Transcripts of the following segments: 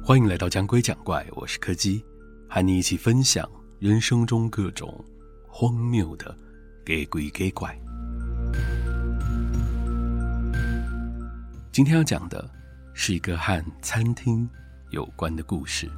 欢迎来到讲鬼讲怪，我是柯基，和你一起分享人生中各种荒谬的给鬼给怪。今天要讲的是一个和餐厅有关的故事。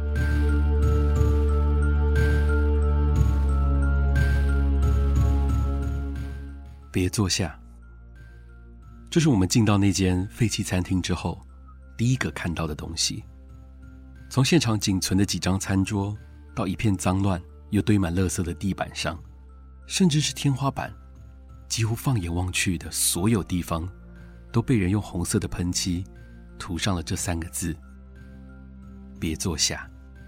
别坐下。这是我们进到那间废弃餐厅之后第一个看到的东西。从现场仅存的几张餐桌，到一片脏乱又堆满垃圾的地板上，甚至是天花板，几乎放眼望去的所有地方都被人用红色的喷漆涂上了这3个字：别坐下。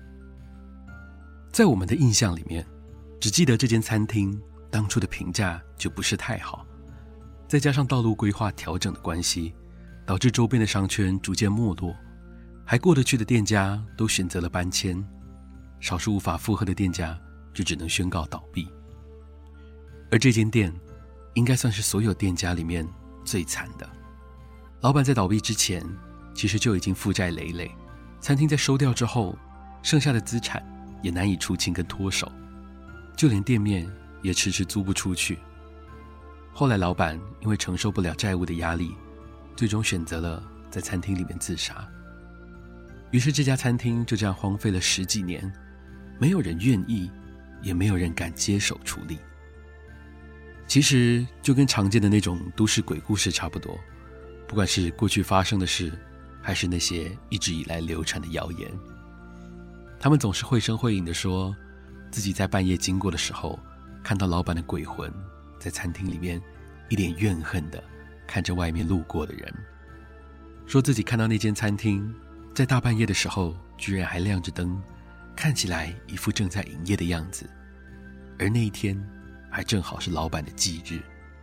在我们的印象里面，只记得这间餐厅当初的评价就不是太好，再加上道路规划调整的关系，导致周边的商圈逐渐没落，还过得去的店家都选择了搬迁，少数无法负荷的店家就只能宣告倒闭。而这间店应该算是所有店家里面最惨的。老板在倒闭之前其实就已经负债累累，餐厅在收掉之后，剩下的资产也难以出清跟脱手，就连店面也迟迟租不出去。后来老板因为承受不了债务的压力，最终选择了在餐厅里面自杀。于是这家餐厅就这样荒废了10几年，没有人愿意，也没有人敢接手处理。其实就跟常见的那种都市鬼故事差不多，不管是过去发生的事，还是那些一直以来流传的谣言，他们总是绘声绘影地说自己在半夜经过的时候，看到老板的鬼魂在餐厅里面一脸怨恨地看着外面路过的人，说自己看到那间餐厅在大半夜的时候居然还亮着灯，看起来一副正在营业的样子，而那一天还正好是老板的忌日。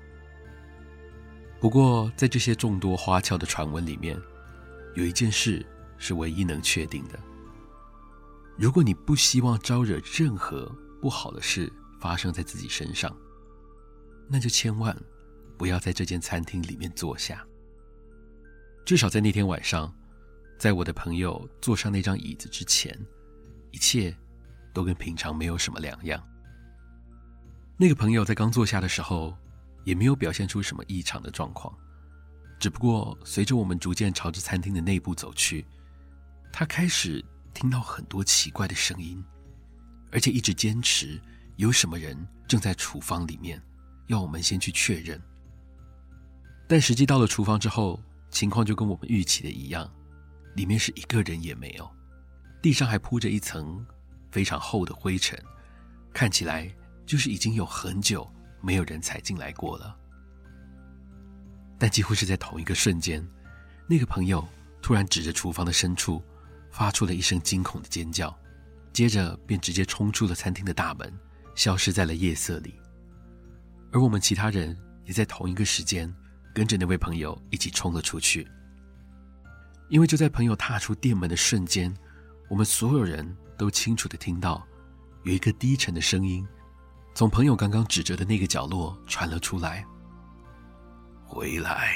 不过在这些众多花俏的传闻里面，有一件事是唯一能确定的：如果你不希望招惹任何不好的事发生在自己身上，那就千万不要在这间餐厅里面坐下。至少在那天晚上，在我的朋友坐上那张椅子之前，一切都跟平常没有什么两样。那个朋友在刚坐下的时候也没有表现出什么异常的状况，只不过随着我们逐渐朝着餐厅的内部走去，他开始听到很多奇怪的声音，而且一直坚持有什么人正在厨房里面，要我们先去确认。但实际到了厨房之后，情况就跟我们预期的一样，里面是一个人也没有，地上还铺着一层非常厚的灰尘，看起来就是已经有很久没有人踩进来过了。但几乎是在同一个瞬间，那个朋友突然指着厨房的深处发出了一声惊恐的尖叫，接着便直接冲出了餐厅的大门，消失在了夜色里。而我们其他人也在同一个时间跟着那位朋友一起冲了出去。因为就在朋友踏出店门的瞬间，我们所有人都清楚地听到有一个低沉的声音从朋友刚刚指着的那个角落传了出来：回来。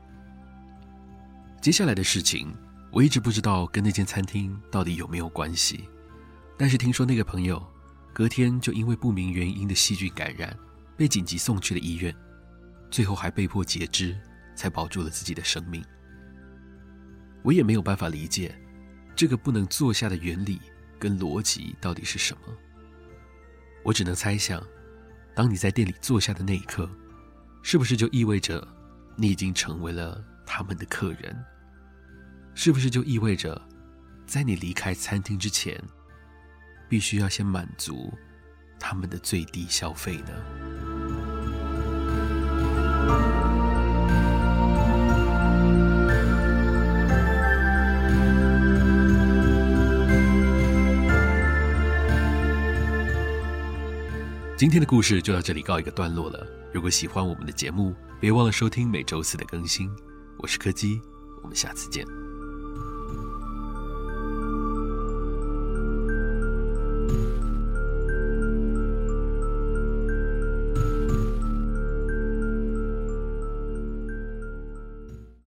接下来的事情我一直不知道跟那间餐厅到底有没有关系，但是听说那个朋友隔天就因为不明原因的细菌感染被紧急送去了医院，最后还被迫截肢才保住了自己的生命。我也没有办法理解这个不能坐下的原理跟逻辑到底是什么。我只能猜想，当你在店里坐下的那一刻，是不是就意味着你已经成为了他们的客人？是不是就意味着在你离开餐厅之前，必须要先满足他们的最低消费呢？今天的故事就到这里告一个段落了。如果喜欢我们的节目，别忘了收听每周4的更新。我是柯基，我们下次见。